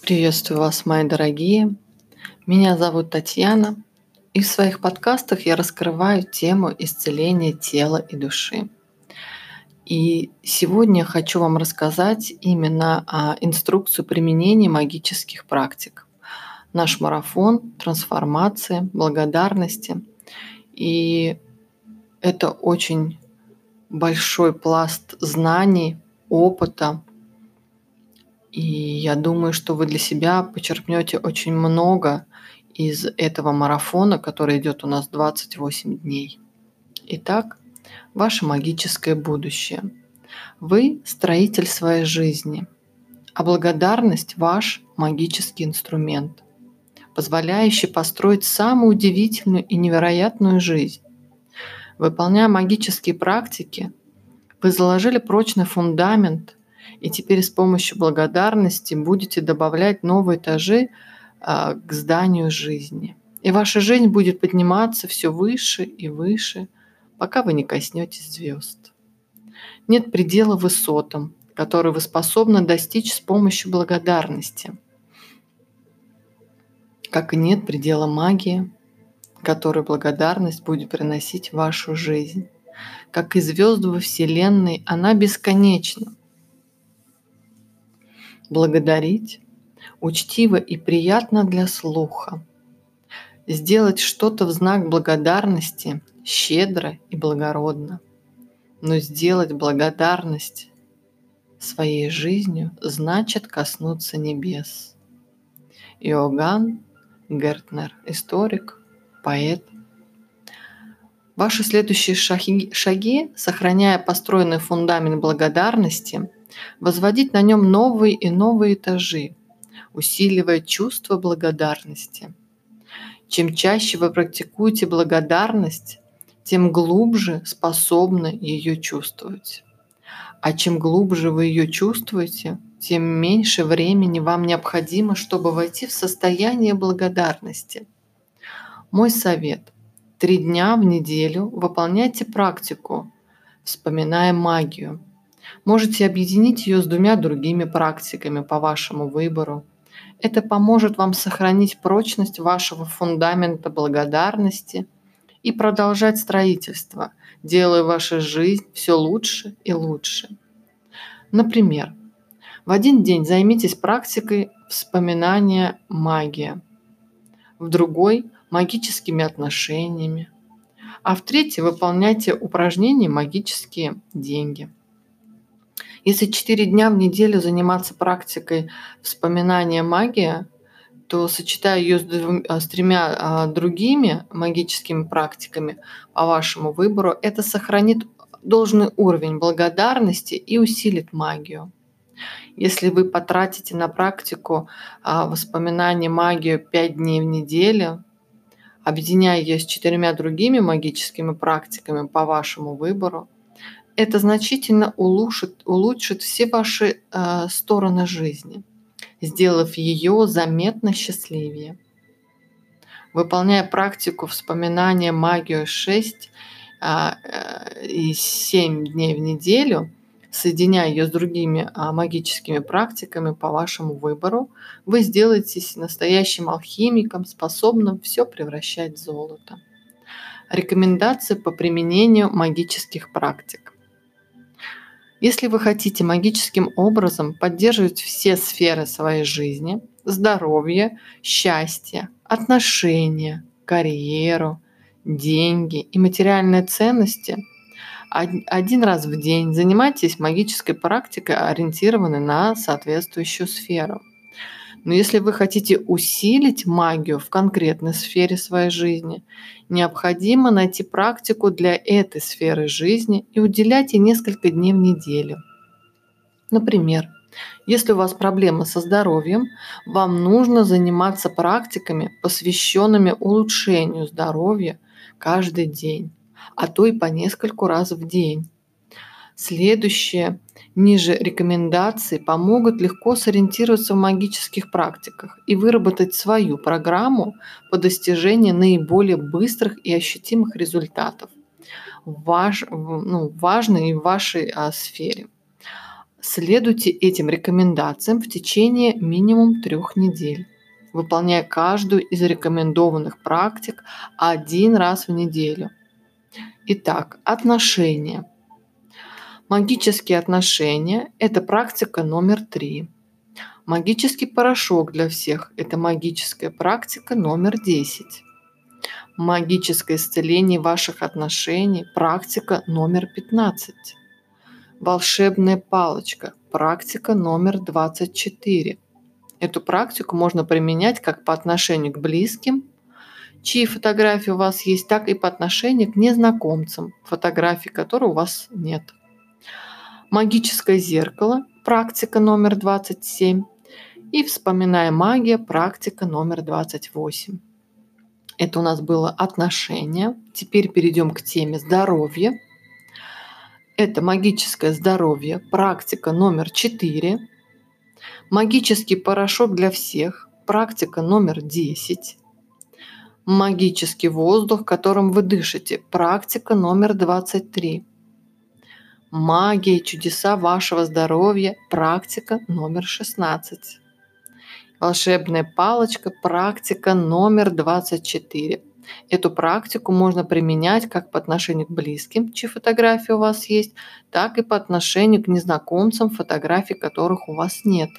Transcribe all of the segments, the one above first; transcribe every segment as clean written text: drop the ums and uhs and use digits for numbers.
Приветствую вас, мои дорогие. Меня зовут Татьяна, и в своих подкастах я раскрываю тему исцеления тела и души. И сегодня хочу вам рассказать именно о инструкцию применения магических практик. Наш марафон трансформации, благодарности. И это очень большой пласт знаний, опыта. И я думаю, что вы для себя почерпнете очень много из этого марафона, который идет у нас 28 дней. Итак, ваше магическое будущее. Вы строитель своей жизни, а благодарность – ваш магический инструмент, позволяющий построить самую удивительную и невероятную жизнь. Выполняя магические практики, вы заложили прочный фундамент, и теперь с помощью благодарности будете добавлять новые этажи к зданию жизни. И ваша жизнь будет подниматься все выше и выше, пока вы не коснетесь звезд. Нет предела высотам, которые вы способны достичь с помощью благодарности. Как и нет предела магии, которую благодарность будет приносить в вашу жизнь. Как и звезды во Вселенной, она бесконечна. Благодарить учтиво и приятно для слуха. Сделать что-то в знак благодарности щедро и благородно. Но сделать благодарность своей жизнью значит коснуться небес. Иоганн Гертнер, историк, поэт. Ваши следующие шаги, сохраняя построенный фундамент благодарности, возводить на нем новые и новые этажи, усиливая чувство благодарности. Чем чаще вы практикуете благодарность, тем глубже способны ее чувствовать. А чем глубже вы ее чувствуете, тем меньше времени вам необходимо, чтобы войти в состояние благодарности. Мой совет – 3 дня в неделю выполняйте практику, вспоминая магию. Можете объединить ее с 2 другими практиками по вашему выбору. Это поможет вам сохранить прочность вашего фундамента благодарности и продолжать строительство, делая вашу жизнь все лучше и лучше. Например, в один день займитесь практикой вспоминания магии, в другой – магическими отношениями, а в третий выполняйте упражнения «Магические деньги». Если 4 дня в неделю заниматься практикой вспоминания магии, то сочетая ее с 3 другими магическими практиками по вашему выбору, это сохранит должный уровень благодарности и усилит магию. Если вы потратите на практику воспоминания магию 5 дней в неделю, объединяя ее с 4 другими магическими практиками по вашему выбору, это значительно улучшит все ваши стороны жизни, сделав ее заметно счастливее. Выполняя практику вспоминания магию 6 и 7 дней в неделю, соединяя ее с другими магическими практиками по вашему выбору, вы сделаетесь настоящим алхимиком, способным все превращать в золото. Рекомендации по применению магических практик. Если вы хотите магическим образом поддерживать все сферы своей жизни – здоровье, счастье, отношения, карьеру, деньги и материальные ценности – 1 раз в день занимайтесь магической практикой, ориентированной на соответствующую сферу. Но если вы хотите усилить магию в конкретной сфере своей жизни, необходимо найти практику для этой сферы жизни и уделять ей несколько дней в неделю. Например, если у вас проблемы со здоровьем, вам нужно заниматься практиками, посвященными улучшению здоровья каждый день, а то и по нескольку раз в день. Следующие ниже рекомендации помогут легко сориентироваться в магических практиках и выработать свою программу по достижению наиболее быстрых и ощутимых результатов, важной в вашей сфере. Следуйте этим рекомендациям в течение минимум 3 недель, выполняя каждую из рекомендованных практик 1 раз в неделю. Итак, отношения. Магические отношения – это практика номер 3. Магический порошок для всех – это магическая практика номер 10. Магическое исцеление ваших отношений – практика номер 15. Волшебная палочка – практика номер 24. Эту практику можно применять как по отношению к близким, чьи фотографии у вас есть, так и по отношению к незнакомцам, фотографий которых у вас нет. Магическое зеркало – практика номер 27. И вспоминая магия, практика номер 28. Это у нас было отношения. Теперь перейдем к теме здоровья. Это магическое здоровье, практика номер 4. Магический порошок для всех, практика номер 10. Магический воздух, которым вы дышите, практика номер 23. Магия и чудеса вашего здоровья, практика номер 16. Волшебная палочка, практика номер 24. Эту практику можно применять как по отношению к близким, чьи фотографии у вас есть, так и по отношению к незнакомцам, фотографий которых у вас нет.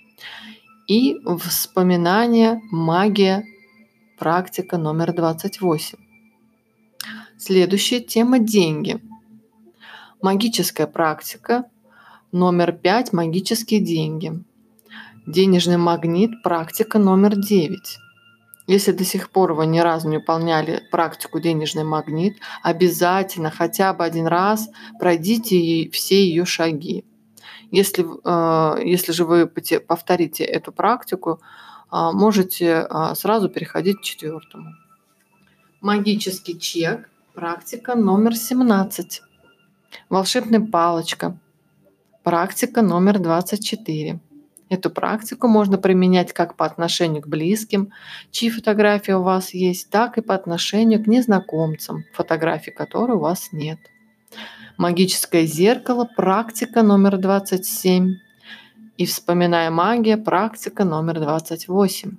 И вспоминание, магия, практика номер 28. Следующая тема – деньги. Магическая практика номер 5 – магические деньги. Денежный магнит, практика номер 9. Если до сих пор вы ни разу не выполняли практику денежный магнит, обязательно хотя бы 1 раз пройдите все ее шаги. Если же вы повторите эту практику, можете сразу переходить к 4-му. Магический чек, практика номер 17. Волшебная палочка, практика номер 24. Эту практику можно применять как по отношению к близким, чьи фотографии у вас есть, так и по отношению к незнакомцам, фотографий которых у вас нет. Магическое зеркало, практика номер 27. И вспоминая магия, практика номер 28.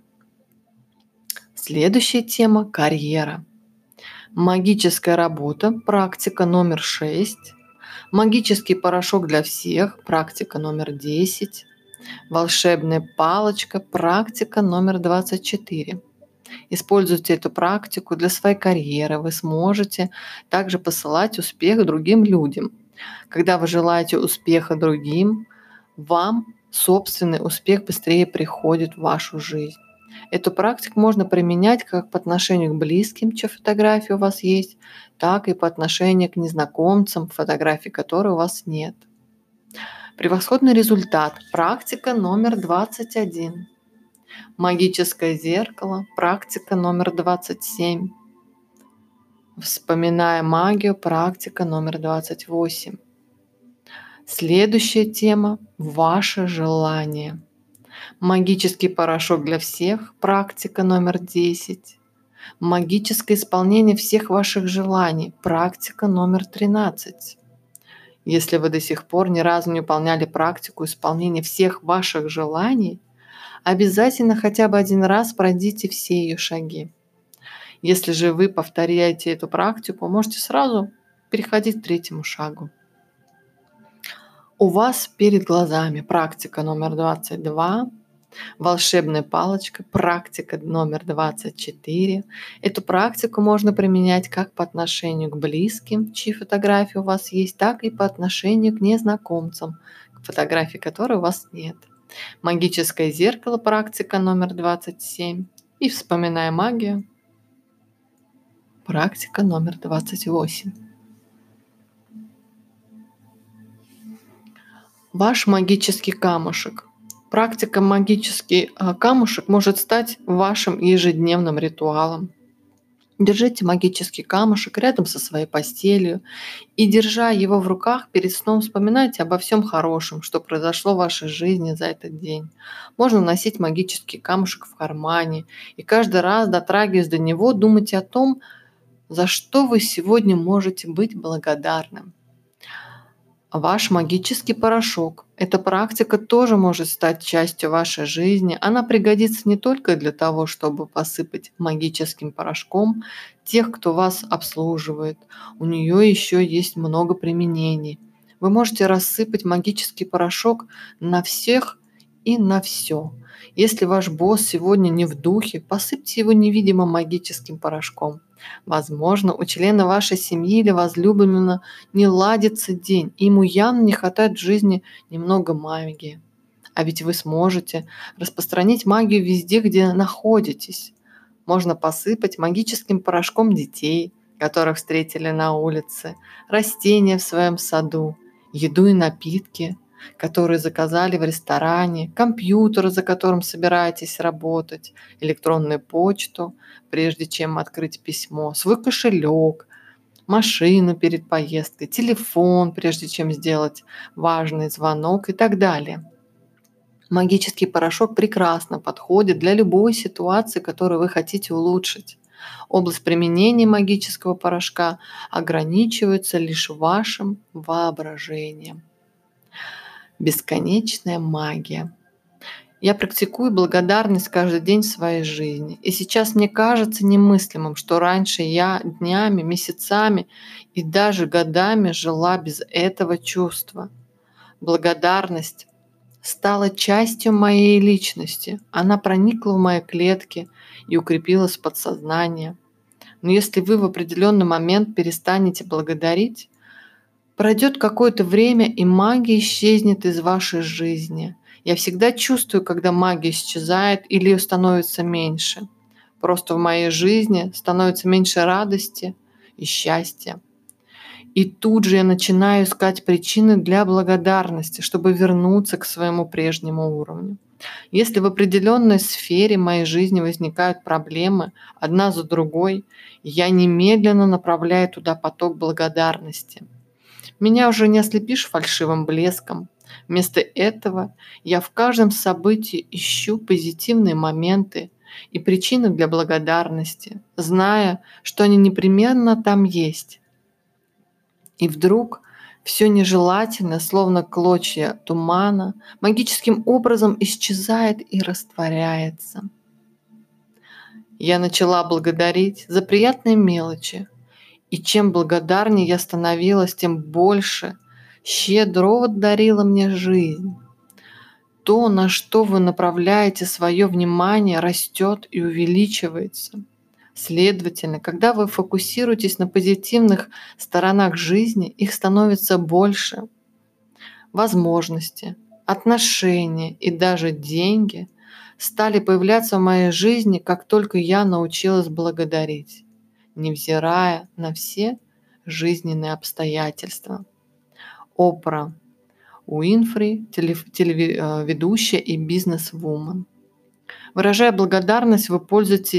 Следующая тема – карьера. Магическая работа, практика номер 6. Магический порошок для всех, практика номер 10. Волшебная палочка, практика номер 24. Используйте эту практику для своей карьеры. Вы сможете также посылать успех другим людям. Когда вы желаете успеха другим, вам собственный успех быстрее приходит в вашу жизнь. Эту практику можно применять как по отношению к близким, чьи фотографии у вас есть, так и по отношению к незнакомцам, фотографий которых у вас нет. Превосходный результат. Практика номер 21. Магическое зеркало. Практика номер 27. Вспоминая магию. Практика номер 28. Следующая тема – ваше желание. Магический порошок для всех. Практика номер 10. Магическое исполнение всех ваших желаний. Практика номер 13. Если вы до сих пор ни разу не выполняли практику исполнения всех ваших желаний, обязательно хотя бы 1 раз пройдите все ее шаги. Если же вы повторяете эту практику, можете сразу переходить к 3-му шагу. У вас перед глазами практика номер 22, волшебная палочка, практика номер 24. Эту практику можно применять как по отношению к близким, чьи фотографии у вас есть, так и по отношению к незнакомцам, фотографий которых у вас нет. Магическое зеркало, практика номер 27. И вспоминая магию, практика номер 28. Ваш магический камушек. Практика магический камушек может стать вашим ежедневным ритуалом. Держите магический камушек рядом со своей постелью и, держа его в руках, перед сном вспоминайте обо всем хорошем, что произошло в вашей жизни за этот день. Можно носить магический камушек в кармане и каждый раз, дотрагиваясь до него, думать о том, за что вы сегодня можете быть благодарным. Ваш магический порошок. Эта практика тоже может стать частью вашей жизни. Она пригодится не только для того, чтобы посыпать магическим порошком тех, кто вас обслуживает. У нее еще есть много применений. Вы можете рассыпать магический порошок на всех и на все. Если ваш босс сегодня не в духе, посыпьте его невидимым магическим порошком. Возможно, у члена вашей семьи или возлюбленного не ладится день, и ему явно не хватает в жизни немного магии. А ведь вы сможете распространить магию везде, где находитесь. Можно посыпать магическим порошком детей, которых встретили на улице, растения в своем саду, еду и напитки, которые заказали в ресторане, компьютер, за которым собираетесь работать, электронную почту, прежде чем открыть письмо, свой кошелек, машину перед поездкой, телефон, прежде чем сделать важный звонок и так далее. Магический порошок прекрасно подходит для любой ситуации, которую вы хотите улучшить. Область применения магического порошка ограничивается лишь вашим воображением. Бесконечная магия. Я практикую благодарность каждый день в своей жизни. И сейчас мне кажется немыслимым, что раньше я днями, месяцами и даже годами жила без этого чувства. Благодарность стала частью моей личности. Она проникла в мои клетки и укрепилась в подсознании. Но если вы в определенный момент перестанете благодарить, пройдет какое-то время, и магия исчезнет из вашей жизни. Я всегда чувствую, когда магия исчезает или ее становится меньше. Просто в моей жизни становится меньше радости и счастья. И тут же я начинаю искать причины для благодарности, чтобы вернуться к своему прежнему уровню. Если в определенной сфере моей жизни возникают проблемы, одна за другой, я немедленно направляю туда поток благодарности. Меня уже не ослепишь фальшивым блеском. Вместо этого я в каждом событии ищу позитивные моменты и причины для благодарности, зная, что они непременно там есть. И вдруг все нежелательное, словно клочья тумана, магическим образом исчезает и растворяется. Я начала благодарить за приятные мелочи, и чем благодарнее я становилась, тем больше щедро дарила мне жизнь. То, на что вы направляете свое внимание, растет и увеличивается. Следовательно, когда вы фокусируетесь на позитивных сторонах жизни, их становится больше. Возможности, отношения и даже деньги стали появляться в моей жизни, как только я научилась благодарить, невзирая на все жизненные обстоятельства. Опра Уинфри, телеведущая и бизнес-вумен. Выражая благодарность, вы пользуетесь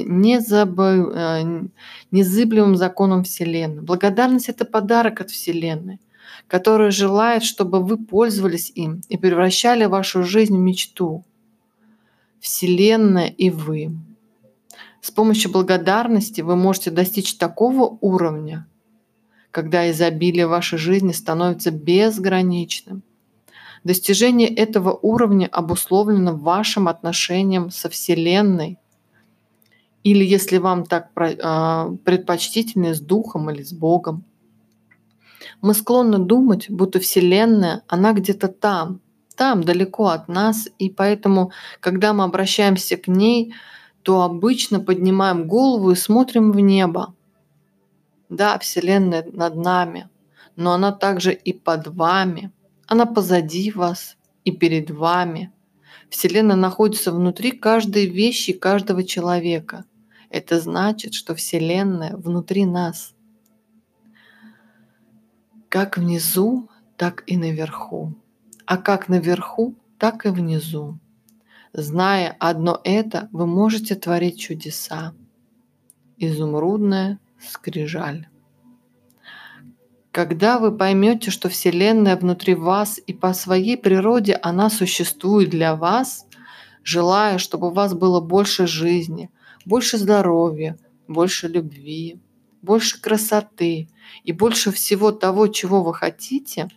незыблемым законом Вселенной. Благодарность – это подарок от Вселенной, который желает, чтобы вы пользовались им и превращали вашу жизнь в мечту. Вселенная и вы. С помощью благодарности вы можете достичь такого уровня, когда изобилие в вашей жизни становится безграничным. Достижение этого уровня обусловлено вашим отношением со Вселенной, или, если вам так предпочтительнее, с Духом или с Богом. Мы склонны думать, будто Вселенная, она где-то там, далеко от нас, и поэтому, когда мы обращаемся к ней, то обычно поднимаем голову и смотрим в небо. Да, Вселенная над нами, но она также и под вами. Она позади вас и перед вами. Вселенная находится внутри каждой вещи, каждого человека. Это значит, что Вселенная внутри нас. Как внизу, так и наверху. А как наверху, так и внизу. Зная одно это, вы можете творить чудеса. Изумрудная скрижаль. Когда вы поймете, что Вселенная внутри вас и по своей природе она существует для вас, желая, чтобы у вас было больше жизни, больше здоровья, больше любви, больше красоты и больше всего того, чего вы хотите,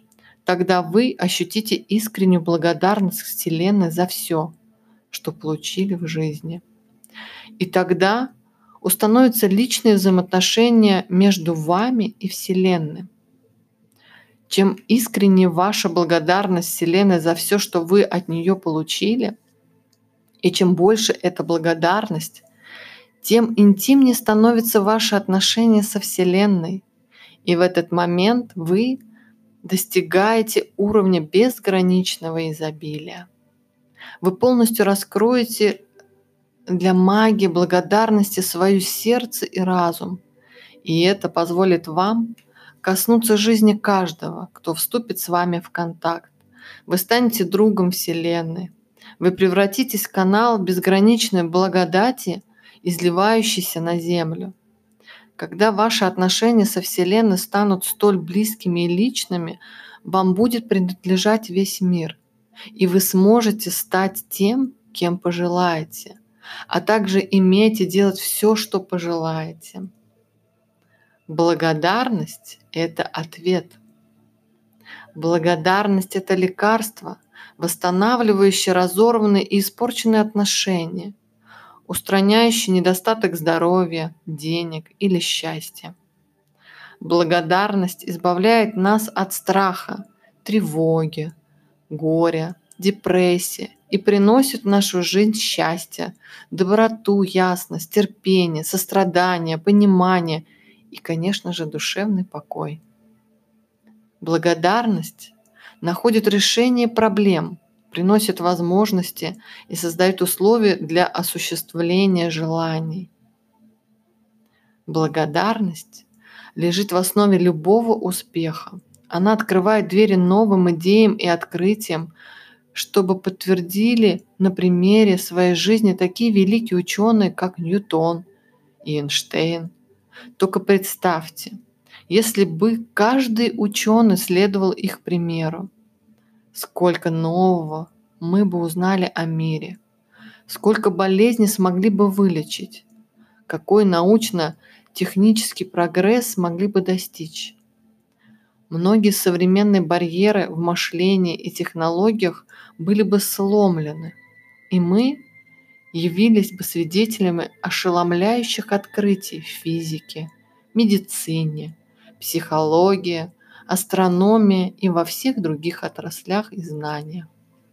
Тогда вы ощутите искреннюю благодарность Вселенной за все, что получили в жизни. И тогда установятся личные взаимоотношения между вами и Вселенной. Чем искреннее ваша благодарность Вселенной за все, что вы от нее получили, и чем больше эта благодарность, тем интимнее становится ваше отношение со Вселенной. И в этот момент вы достигаете уровня безграничного изобилия. Вы полностью раскроете для магии благодарности свое сердце и разум. И это позволит вам коснуться жизни каждого, кто вступит с вами в контакт. Вы станете другом Вселенной. Вы превратитесь в канал безграничной благодати, изливающейся на Землю. Когда ваши отношения со Вселенной станут столь близкими и личными, вам будет принадлежать весь мир, и вы сможете стать тем, кем пожелаете, а также иметь и делать все, что пожелаете. Благодарность – это ответ. Благодарность – это лекарство, восстанавливающее разорванные и испорченные отношения, устраняющее недостаток здоровья, денег или счастья. Благодарность избавляет нас от страха, тревоги, горя, депрессии и приносит в нашу жизнь счастье, доброту, ясность, терпение, сострадание, понимание и, конечно же, душевный покой. Благодарность находит решение проблем, приносит возможности и создает условия для осуществления желаний. Благодарность лежит в основе любого успеха. Она открывает двери новым идеям и открытиям, чтобы подтвердили на примере своей жизни такие великие ученые, как Ньютон и Эйнштейн. Только представьте, если бы каждый ученый следовал их примеру, сколько нового мы бы узнали о мире, сколько болезней смогли бы вылечить, какой научно-технический прогресс смогли бы достичь. Многие современные барьеры в мышлении и технологиях были бы сломлены, и мы явились бы свидетелями ошеломляющих открытий в физике, медицине, психологии, астрономии и во всех других отраслях и знаниях.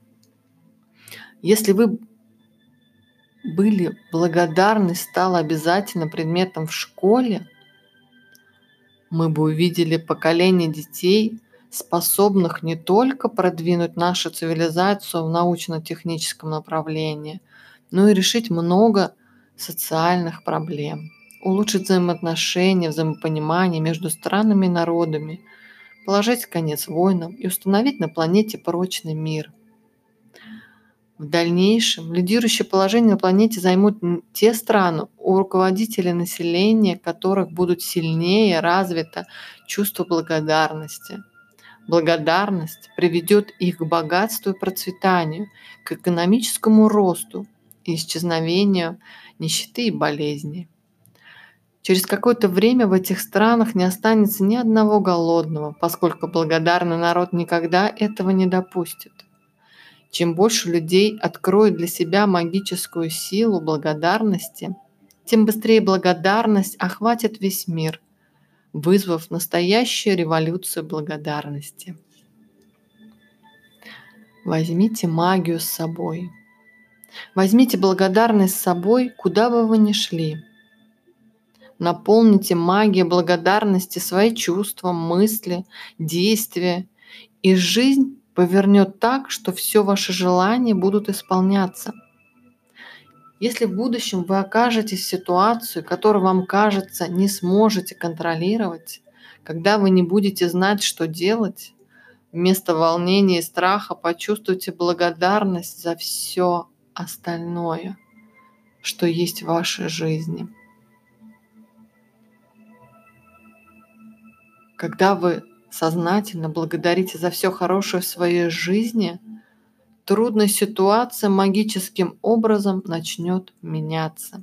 Если вы были благодарность стала обязательно предметом в школе, мы бы увидели поколение детей, способных не только продвинуть нашу цивилизацию в научно-техническом направлении, но и решить много социальных проблем, улучшить взаимоотношения, взаимопонимание между странами и народами, положить конец войнам и установить на планете прочный мир. В дальнейшем лидирующее положение на планете займут те страны, у руководителей населения которых будут сильнее развито чувство благодарности. Благодарность приведет их к богатству и процветанию, к экономическому росту и исчезновению нищеты и болезней. Через какое-то время в этих странах не останется ни одного голодного, поскольку благодарный народ никогда этого не допустит. Чем больше людей откроет для себя магическую силу благодарности, тем быстрее благодарность охватит весь мир, вызвав настоящую революцию благодарности. Возьмите магию с собой. Возьмите благодарность с собой, куда бы вы ни шли. Наполните магией благодарности свои чувства, мысли, действия, и жизнь повернет так, что все ваши желания будут исполняться. Если в будущем вы окажетесь в ситуации, которую вам кажется не сможете контролировать, когда вы не будете знать, что делать, вместо волнения и страха почувствуйте благодарность за все остальное, что есть в вашей жизни. Когда вы сознательно благодарите за все хорошее в своей жизни, трудная ситуация магическим образом начнет меняться.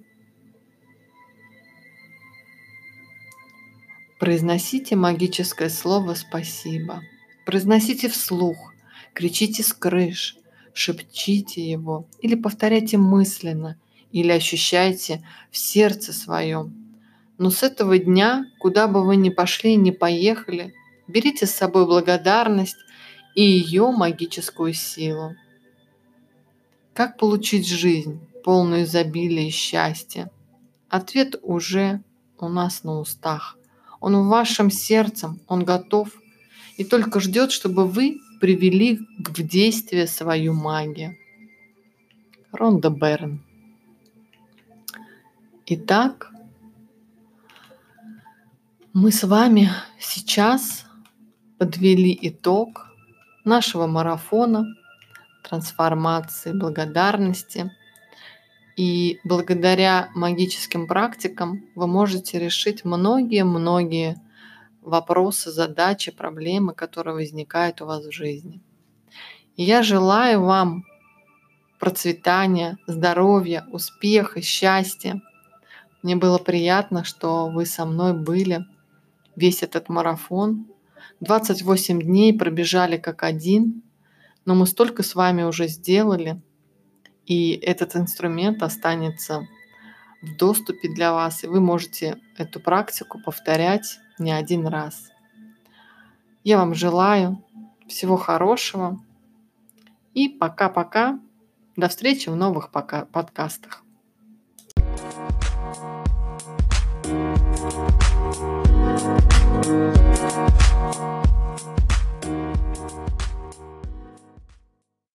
Произносите магическое слово «спасибо». Произносите вслух, кричите с крыш, шепчите его или повторяйте мысленно, или ощущайте в сердце своем. Но с этого дня, куда бы вы ни пошли и ни поехали, берите с собой благодарность и ее магическую силу. Как получить жизнь, полную изобилия и счастья? Ответ уже у нас на устах. Он в вашем сердце, он готов и только ждет, чтобы вы привели в действие свою магию. Ронда Берн. Итак, мы с вами сейчас подвели итог нашего марафона трансформации, благодарности. И благодаря магическим практикам вы можете решить многие-многие вопросы, задачи, проблемы, которые возникают у вас в жизни. И я желаю вам процветания, здоровья, успеха, счастья. Мне было приятно, что вы со мной были весь этот марафон. 28 дней пробежали как один, но мы столько с вами уже сделали, и этот инструмент останется в доступе для вас, и вы можете эту практику повторять не один раз. Я вам желаю всего хорошего и пока-пока. До встречи в новых подкастах.